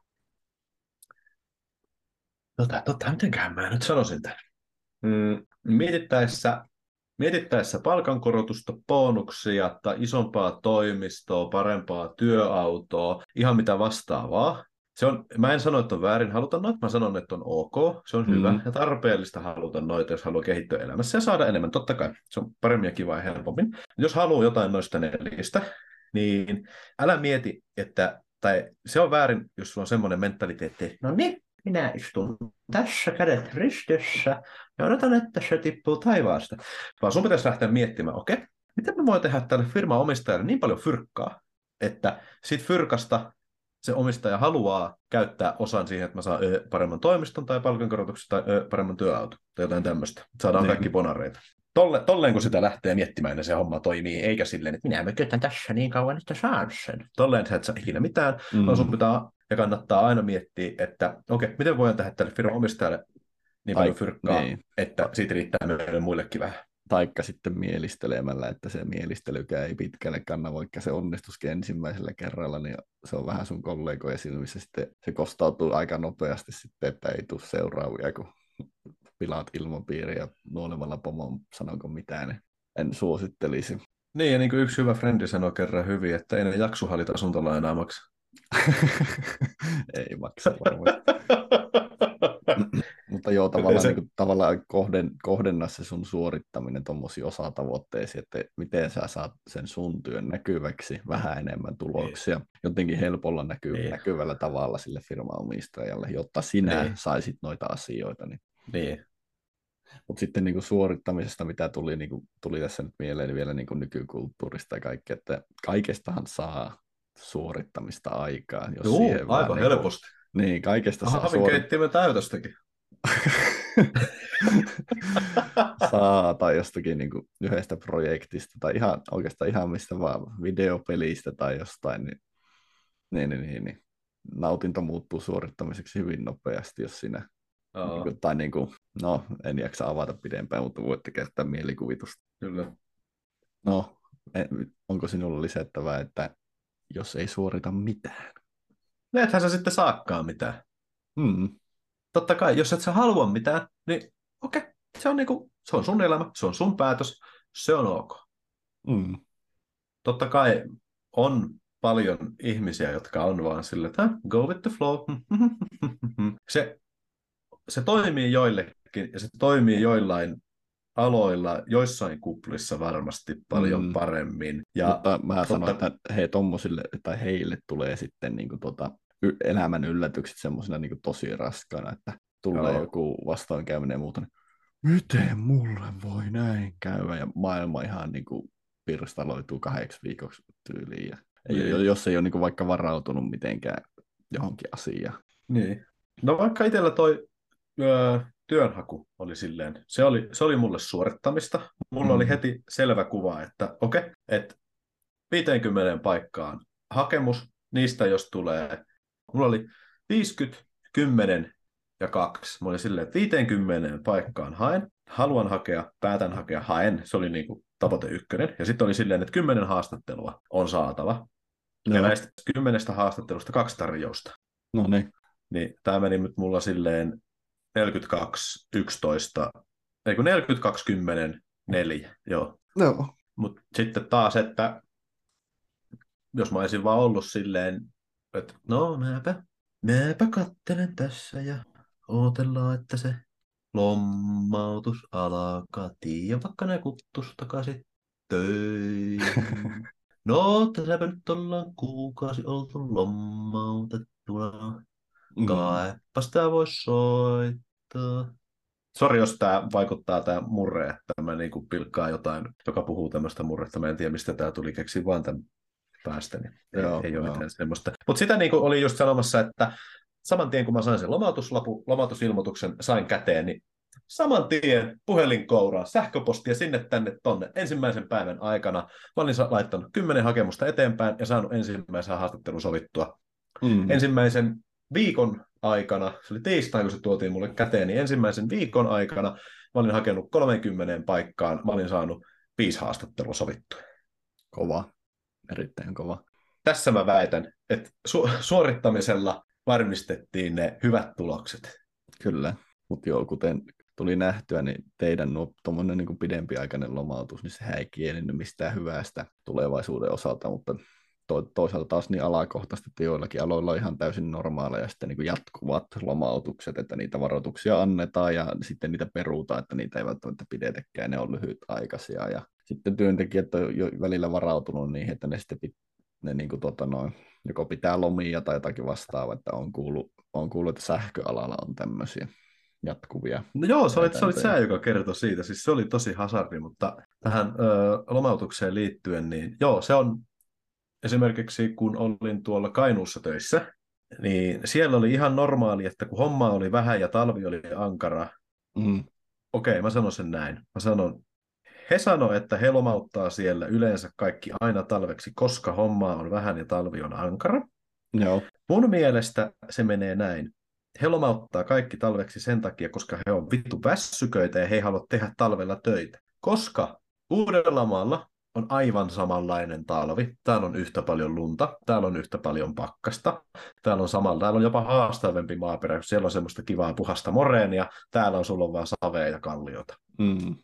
tota, tota mitenköhän mä nyt sanoisin tämän. Mm, mietittäessä, mietittäessä palkankorotusta, bonuksia tai isompaa toimistoa, parempaa työautoa, ihan mitä vastaavaa. Se on, mä en sano, että on väärin haluta noita, mä sanon, että on ok, se on mm. hyvä ja tarpeellista haluta noita, jos haluaa kehittyä elämässä ja saada enemmän. Totta kai, se on paremmin ja kiva ja helpommin. Jos haluaa jotain noista neljistä, niin älä mieti, että, tai se on väärin, jos sulla on semmoinen mentaliteetti, että no niin, minä istun tässä kädet ristissä ja odotan, että se tippuu taivaasta. Vaan sun pitäisi lähteä miettimään, okei, okay, miten mä voin tehdä tälle firman omistajalle niin paljon fyrkkaa, että siitä fyrkasta se omistaja haluaa käyttää osan siihen, että mä saan ö, paremman toimiston tai palkankorotuksen tai ö, paremman työauton tai jotain tämmöistä. Saadaan Niin. kaikki bonareita. Tolle, tolleen kun sitä lähtee miettimään, niin se homma toimii, eikä silleen, että minä mökötän tässä niin kauan, että saan sen. Tolleen sä et saa ikinä mitään, mm. vaan sun pitää ja kannattaa aina miettiä, että okei, okay, miten voidaan tehdä tälle firman omistajalle niin paljon fyrkkaa, niin. että siitä riittää meille muillekin vähän. Taikka sitten mielistelemällä, että se mielistelykään ei pitkälle kanna, vaikka se onnistuskin ensimmäisellä kerralla, niin se on vähän sun kollegojen silmissä sitten, se kostautuu aika nopeasti sitten, että ei tule seuraavia, kun pilaat ilmapiiriä nuolemalla pomon, sanonko mitään, niin en suosittelisi. Niin, ja niin kuin yksi hyvä frendi sanoi kerran hyvin, että ei ne jaksuhalit asuntolainaa maksa. Ei maksa varmaan. Mutta joo, tavallaan, se... niin kuin, tavallaan kohden, kohdenna se sun suorittaminen tuommoisiin osatavoitteisiin, että miten sä saat sen sun työn näkyväksi, vähän enemmän tuloksia, niin. jotenkin helpolla näky, niin. näkyvällä tavalla sille firmaomistajalle, jotta sinä niin. saisit noita asioita. Niin. Niin. Mutta sitten niin kuin suorittamisesta, mitä tuli, niin kuin, tuli tässä nyt mieleen vielä niin kuin nykykulttuurista ja kaikki, että kaikestahan saa suorittamista aikaa. Jos Joo, siihen aivan niin helposti. Kuin, niin, kaikesta saa suorittaa. Keittimen täytöstäkin. saa tai jostakin niin kuin yhdestä projektista tai ihan, oikeastaan ihan mistä vaan videopelistä tai jostain, niin, niin, niin, niin, niin. nautinto muuttuu suorittamiseksi hyvin nopeasti, jos sinä niin kuin, tai niin kuin, no en jaksa avata pidempään, mutta voitte käyttää mielikuvitusta. Kyllä. No, onko sinulla lisättävää, että jos ei suorita mitään? No ethän sä sitten saakkaan mitään. Mm. Totta kai, jos et sä halua mitään, niin okei, okay. se, on niinku, se on sun elämä, se on sun päätös, se on ok. Mm. Totta kai on paljon ihmisiä, jotka on vaan sillä, että go with the flow. se, se toimii joillekin ja se toimii joillain aloilla, joissain kuplissa varmasti paljon mm. paremmin. Ja mutta mä totta... sanon, että he tommosille, tai heille tulee sitten niin kuin tota, elämän yllätykset semmoisena niin tosi raskaana, että tulee Joo. joku vastoinkäyminen ja muuta, niin miten mulle voi näin käydä, ja maailma ihan niin kuin pirstaloituu kahdeksi viikoksi tyyliin, ja niin. jos ei ole niin kuin vaikka varautunut mitenkään johonkin asiaan. Niin. No vaikka itsellä toi öö, työnhaku oli silleen, se oli, se oli mulle suorittamista. Mulla mm. oli heti selvä kuva, että okei, okay, että viiteenkymmeneen paikkaan hakemus, niistä jos tulee, mulla oli viisikymmentä, kymmenen ja kaksi. Mä olin silleen, että viiteenkymmeneen paikkaan haen, haluan hakea, päätän hakea, haen. Se oli niinku tavoite ykkönen. Ja sitten oli silleen, että kymmenen haastattelua on saatava. No. Ja näistä kymmenestä haastattelusta kaksi tarjousta. No niin. Niin tämä meni nyt mulla silleen neljäkymmentäkaksi, yksitoista, ei kun neljäkymmentäkaksi, kymmenen, neljä, joo. No. Mutta sitten taas, että jos mä olisin vaan ollut silleen, että no mäpä, mäpä kattelen tässä ja ootellaan, että se lommautus alkaa. Tiedä vaikka ne kuttus takaisin töihin. No, tässäpä nyt ollaan kuukausi oltu lommautettuna. Mm. Kaipa sitä voisi soittaa. Sori, jos tämä vaikuttaa tämä murre, että mä niinku pilkkaan jotain, joka puhuu tämmöistä murretta. Mä en tiedä, mistä tämä tuli, keksiä vaan tämän päästäni. Ei, joo, ei ole mitään semmoista. Mutta sitä niinku oli just sanomassa, että saman tien kun mä sain sen lomautuslapu, lomautusilmoituksen, sain käteen, niin saman tien puhelinkouraan, sähköpostia sinne tänne tonne ensimmäisen päivän aikana. Mä olin laittanut kymmenen hakemusta eteenpäin ja saanut ensimmäisen haastattelun sovittua. Mm. Ensimmäisen viikon aikana, se oli tiistai, kun se tuotiin mulle käteen, niin ensimmäisen viikon aikana mä olin hakenut kolmeenkymmeneen paikkaan, mä olin saanut viisi haastattelua sovittua. Kova, erittäin kova. Tässä mä väitän, että su- suorittamisella varmistettiin ne hyvät tulokset. Kyllä, mutta joo, kuten tuli nähtyä, niin teidän nuo tuommoinen niin pidempiaikainen lomautus, niin sehän ei kielinyt mistään hyvästä tulevaisuuden osalta, mutta to, toisaalta taas niin alakohtaisesti, että joillakin aloilla on ihan täysin normaaleja sitten niin jatkuvat lomautukset, että niitä varoituksia annetaan ja sitten niitä peruutaan, että niitä ei välttämättä pidetäkään, ne on lyhytaikaisia ja sitten työntekijät on jo välillä varautunut niihin, että ne sitten ne niin kuin, tota, noin, joko pitää lomia tai jotakin vastaavaa, että on kuullut, on kuullut, että sähköalalla on tämmöisiä jatkuvia. No joo, se olit, se olit sä, joka kertoi siitä. Siis se oli tosi hasardi, mutta tähän ö, lomautukseen liittyen, niin joo, se on esimerkiksi kun olin tuolla Kainuussa töissä, niin siellä oli ihan normaali, että kun homma oli vähän ja talvi oli ankara, Mm. okei, mä sanon sen näin. Mä sanon, he sanoo, että he lomauttaa siellä yleensä kaikki aina talveksi, koska hommaa on vähän ja talvi on ankara. Joo. Mun mielestä se menee näin. He lomauttaa kaikki talveksi sen takia, koska he on vittu väsyköitä ja he ei halua tehdä talvella töitä. Koska Uudellamaalla on aivan samanlainen talvi. Täällä on yhtä paljon lunta, täällä on yhtä paljon pakkasta, täällä on samalla, täällä on jopa haastavempi maaperä, siellä on semmoista kivaa puhasta moreenia, täällä on sulla on vaan savea ja kalliota. Mm.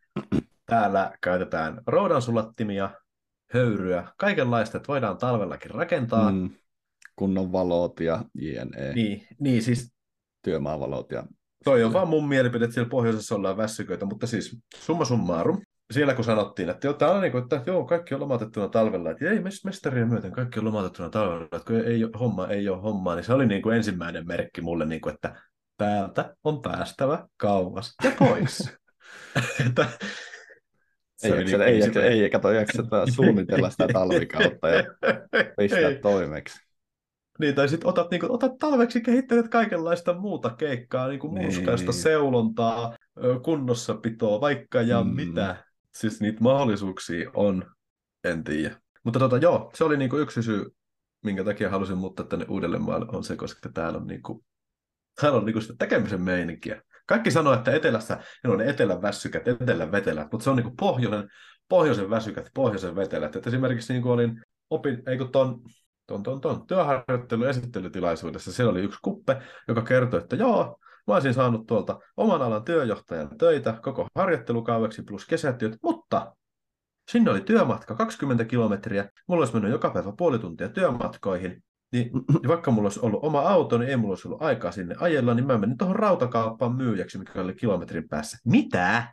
Täällä käytetään roudansulattimia, höyryä, kaikenlaista, että voidaan talvellakin rakentaa. Mm. Kunnon valot ja jne. Niin, niin siis Työmaavalot ja... toi on vaan mun mielipide, että siellä pohjoisessa ollaan väsyköitä, mutta siis summa summarum. Siellä kun sanottiin, että, joo, on niin kuin, että joo, kaikki on lomautettuna talvella, että ei mestaria myöten, kaikki on lomautettuna talvella, että kun ei ole homma, ei ole hommaa, niin se oli niin kuin ensimmäinen merkki mulle, niin kuin, että täältä on päästävä kauas ja pois. että, Ei, oli jaksa, niin, ei, ei, jaksa, ei, kato, jakseta suunnitella sitä talvikautta ja pistää ei. toimeksi. Niin, tai sitten otat, niin otat talveksi, kehittelet kaikenlaista muuta keikkaa, niin kuin Niin. murskaista seulontaa, kunnossapitoa, vaikka ja Mm. mitä. Siis niitä mahdollisuuksia on, en tiedä. Mutta tota, joo, se oli niin kuin yksi syy, minkä takia halusin muuttaa tänne Uudellemaalle, on se, koska täällä on, niin kuin, täällä on niin kuin sitä tekemisen meininkiä. Kaikki sanoo, että etelässä, ne on ne etelän väsykät, etelän vetelät, mutta se on niin kuin pohjoisen, pohjoisen väsykät, pohjoisen vetelät. Et esimerkiksi niin kuin olin, opin, ei kun ton, ton, ton, ton työharjoittelun esittelytilaisuudessa, siellä oli yksi kuppe, joka kertoi, että joo, mä olisin saanut tuolta oman alan työjohtajan töitä koko harjoittelukaudeksi plus kesätyöt, mutta sinne oli työmatka kaksikymmentä kilometriä, mulla olisi mennyt joka päivä puoli tuntia työmatkoihin, niin vaikka mulla olisi ollut oma auto, niin ei mulla olisi ollut aikaa sinne ajella, niin mä menin tuohon rautakauppaan myyjäksi, mikä oli kilometrin päässä. Mitä?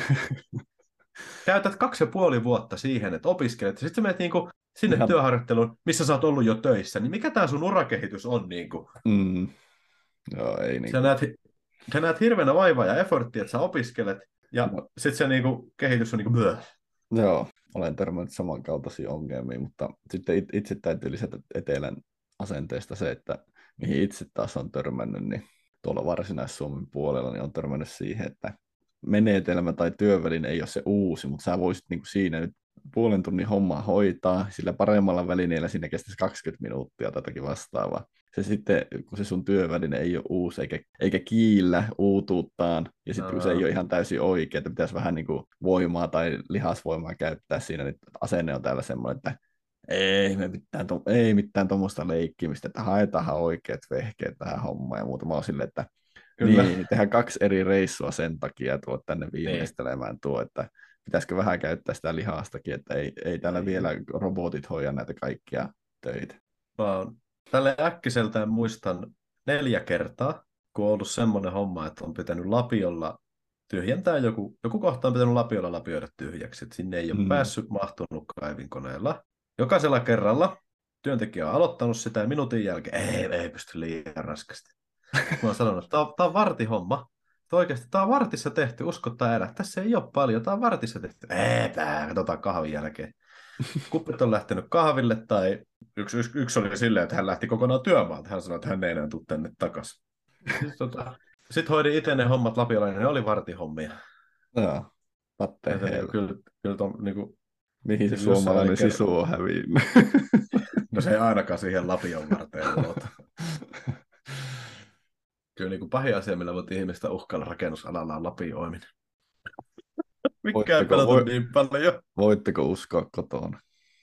Käytät kaksi ja puoli vuotta siihen, että opiskelet, ja sitten sä menet niinku sinne Ihan... työharjoitteluun, missä sä oot ollut jo töissä, niin mikä tää sun urakehitys on? Niinku? Mm. Joo, ei niin. Sä näet, sä näet hirveänä vaivaa ja efforttia, että sä opiskelet, ja no. sitten se niinku, kehitys on niinku blöh. Joo, olen törmännyt samankaltaisia ongelmia, mutta sitten it- itse täytyy lisätä etelän asenteesta se, että mihin itse taas on törmännyt, niin tuolla Varsinais-Suomen puolella niin on törmännyt siihen, että menetelmä tai työväline ei ole se uusi, mutta sä voisit niin kuin siinä nyt puolen tunnin hommaa hoitaa, sillä paremmalla välineellä siinä kestäisi kaksikymmentä minuuttia tai jotakin vastaavaa. Se sitten, kun se sun työväline ei ole uusi eikä, eikä kiillä uutuuttaan, ja sitten kun se ei ole ihan täysin oikein, että pitäisi vähän niin kuin voimaa tai lihasvoimaa käyttää siinä, niin asenne on täällä semmoinen, että ei, me mitään, to- ei mitään tuommoista leikkimistä, että haetaanhan oikeat vehkeet tähän hommaan ja muuta. Mä oon silleen, että Kyllä. niin, tehdään kaksi eri reissua sen takia, että tuot tänne viimeistelemään niin. tuo, että pitäisikö vähän käyttää sitä lihastakin, että ei, ei täällä ei. vielä robotit hoida näitä kaikkia töitä. Vaan tälle äkkiseltään muistan neljä kertaa, kun on ollut semmoinen homma, että on pitänyt lapiolla tyhjentää joku, joku kohta on pitänyt lapiolla lapioida tyhjäksi, että sinne ei ole mm. päässyt mahtunut kaivinkoneella. Jokaisella kerralla työntekijä on aloittanut sitä ja minuutin jälkeen ei, ei pysty liian raskasti. Mä oon sanonut, että tämä on vartihomma. Oikeasti tämä on vartissa tehty, usko tai älä. Tässä ei ole paljon, tämä on vartissa tehty. Eepä, katsotaan kahvin jälkeen. Kuppit on lähtenyt kahville tai yksi, yksi, yksi oli silleen, että hän lähti kokonaan työmaalta. Hän sanoi, että hän ei enää tule tänne takaisin. Sitten tota, sit hoidin itse ne hommat lapiolla, niin ne oli vartihommia. Joo, patteen niin, kyllä, kyllä ton, niin kuin, mihin se suomalainen sisu on hävinnyt? No se ei ainakaan siihen lapion varteen luota. Kyllä niin kuin pahin asia, millä voit ihmistä uhkailla rakennusalalla on lapioiminen. Mikään pelata voi, niin paljon. Voitteko uskoa kotona?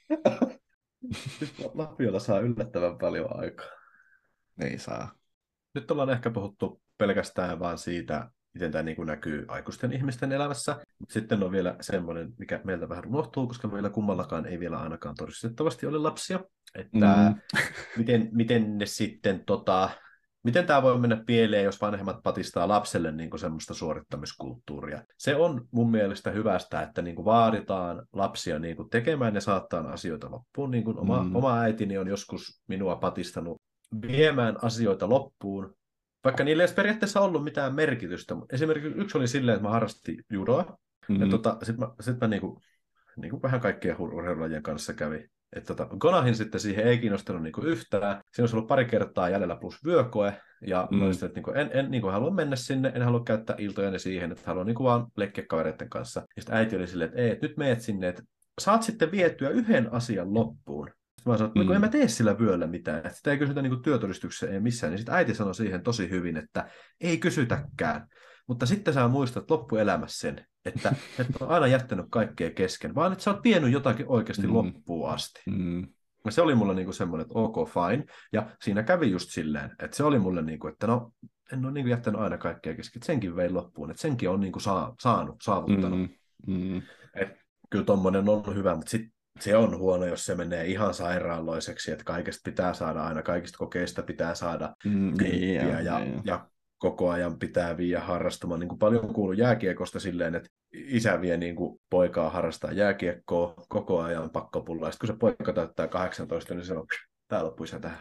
Lapiolla saa yllättävän paljon aikaa. Ei saa. Nyt ollaan ehkä puhuttu pelkästään vaan siitä, miten tämä niin kuin näkyy aikuisten ihmisten elämässä. Sitten on vielä semmoinen, mikä meiltä vähän unohtuu, koska meillä kummallakaan ei vielä ainakaan todistettavasti ole lapsia. Että mm. miten, miten ne sitten, tota, miten tämä voi mennä pieleen, jos vanhemmat patistaa lapselle niin kuin semmoista suorittamiskulttuuria. Se on mun mielestä hyvästä, että niin kuin vaaditaan lapsia niin kuin tekemään ja saattaa asioita loppuun. Niin kuin oma, mm. oma äitini on joskus minua patistanut viemään asioita loppuun, vaikka niillä ei periaatteessa ollut mitään merkitystä. Esimerkiksi yksi oli silleen, että mä harrastin judoa, mm-hmm. ja tota, sitten mä, sit mä niinku, niinku vähän kaikkien urheilulajien kanssa kävin että tota, Gonahin sitten siihen ei kiinnostanut niinku yhtään. Siinä olisi ollut pari kertaa jäljellä plus vyökoe. Ja mm. mä olisin, että niinku, en, en niinku halua mennä sinne, en halua käyttää iltojani siihen, että haluan niinku vaan leikkiä kavereiden kanssa. Ja sitten äiti oli silleen, että ei, että nyt meet sinne, että saat sitten vietyä yhden asian loppuun. Sitten mä sanoin, että mm. en mä tee sillä vyöllä mitään, että sitä ei kysytä niinku työtodistuksessa ei missään. Niin sitten äiti sanoi siihen tosi hyvin, että ei kysytäkään. Mutta sitten sä muistat loppuelämässä sen, että et ole aina jättänyt kaikkea kesken, vaan että sä oot vienyt jotakin oikeasti mm. loppuun asti. Mm. Ja se oli mulle niinku semmoinen, että ok, fine. Ja siinä kävi just silleen, että se oli mulle niinku, että no, en ole niinku jättänyt aina kaikkea kesken, että senkin vei loppuun, että senkin on niinku saa, saanut, saavuttanut. Mm. Mm. Et kyllä tommonen on hyvä, mutta sitten se on huono, jos se menee ihan sairaaloiseksi, että kaikesta pitää saada aina, kaikista kokeista pitää saada mm, kymppiä yeah, ja, yeah. ja koko ajan pitää viiä harrastamaan. Niin kuin paljon kuuluu jääkiekosta silleen, että isä vie niin kuin poikaa harrastaa jääkiekkoa koko ajan pakkopulla. Sitten kun se poika täyttää kahdeksantoista, niin se on, tää loppui isä tähän.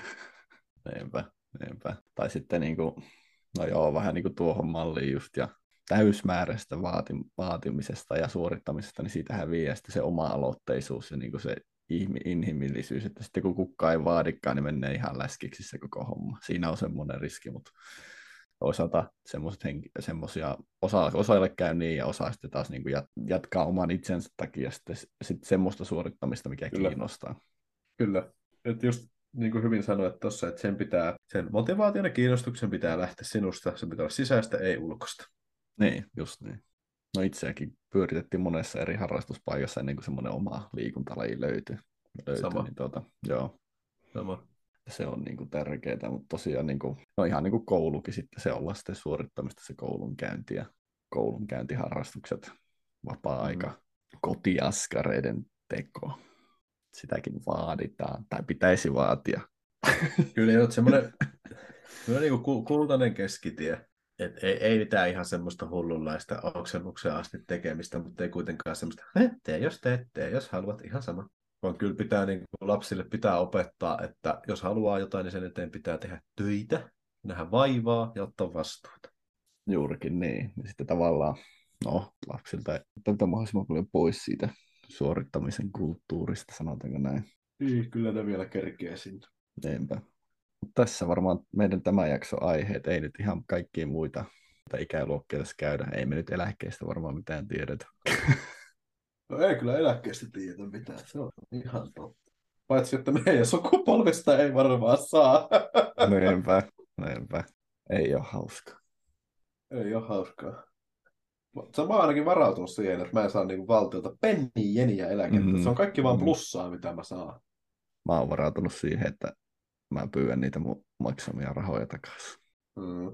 Niinpä, niinpä. Tai sitten niin kuin, no joo, vähän niin kuin tuohon malliin just ja täysmääräistä vaati, vaatimisesta ja suorittamisesta, niin siitä häviää sitten se oma-aloitteisuus ja niin kuin se inhimillisyys, että sitten kun kukaan ei vaadikaan, niin menee ihan läskiksi se koko homma. Siinä on semmoinen riski, mutta toisaalta semmoisia, osa, osaille käy niin ja osa sitten taas niin kuin jatkaa oman itsensä takia sitten, sitten semmoista suorittamista, mikä Kyllä. kiinnostaa. Kyllä, että just niin kuin hyvin sanoit tuossa, että sen pitää, sen motivaation ja kiinnostuksen pitää lähteä sinusta, se pitää olla sisäistä, ei ulkosta. Niin, just niin. No itseäkin pyöritettiin monessa eri harrastuspaikassa ennen kuin semmoinen oma liikuntalaji löytyi. löytyi Sama. Niin tuota, joo. Sama. Se on niin kuin tärkeää, mutta tosiaan niin kuin, no ihan niin kuin koulukin sitten se on lasten suorittamista, se koulunkäynti ja koulunkäyntiharrastukset, vapaa-aika, mm. kotiaskareiden teko. Sitäkin vaaditaan, tai pitäisi vaatia. Kyllä on semmoinen niin kuin kultainen keskitie. Et ei, ei mitään ihan semmoista hullunlaista oksennuksen asti tekemistä, mutta ei kuitenkaan semmoista, tee jos teet, tee jos haluat, ihan sama. Vaan kyllä pitää niin kuin lapsille pitää opettaa, että jos haluaa jotain, niin sen eteen pitää tehdä töitä, nähdä vaivaa ja ottaa vastuuta. Juurikin niin. Ja sitten tavallaan, no lapsilta ottaa mahdollisimman paljon pois siitä suorittamisen kulttuurista, sanotaanko näin. Niin, kyllä ne vielä kerkee sinne. Niinpä. Tässä varmaan meidän tämä jakso aiheet, ei nyt ihan kaikkia muita ikäluokkia tässä käydä. Ei me nyt eläkkeestä varmaan mitään tiedetä. No ei kyllä eläkkeestä tiedetä mitään, se on ihan totta. Paitsi, että meidän sukupolvesta ei varmaan saa. Niinpä, niinpä. Ei ole hauskaa. Ei ole hauskaa. Mä oon ainakin varautunut siihen, että mä en saa niinku valtiolta penniä jeniä eläkettä. Mm-hmm. Se on kaikki vaan plussaa, mitä mä saan. Mä oon varautunut siihen, että mä pyydän niitä mun maksamia rahoja takaisin. Mm.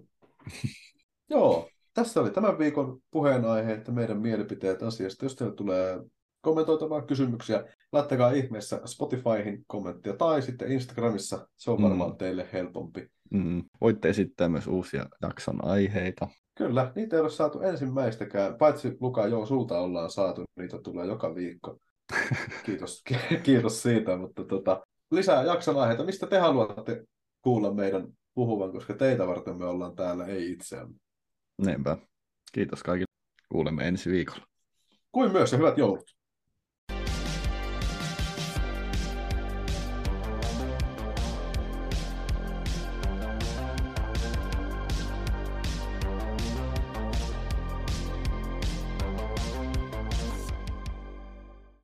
Joo, tässä oli tämän viikon puheenaihe, että meidän mielipiteet asiasta. Jos teille tulee kommentoitavaa kysymyksiä, laittakaa ihmeessä Spotifyhin kommenttia tai sitten Instagramissa. Se on varmaan mm. teille helpompi. Mm. Voitte esittää myös uusia jakson aiheita. Kyllä, niitä ei ole saatu ensimmäistäkään. Paitsi Luka, joo, sulta ollaan saatu. Niitä tulee joka viikko. Kiitos, kiitos siitä, mutta tota, lisää jakson aiheita. Mistä te haluatte kuulla meidän puhuvan, koska teitä varten me ollaan täällä, ei itseämme. Niinpä. Kiitos kaikille. Kuulemme ensi viikolla. Kuin myös ja hyvät joulut.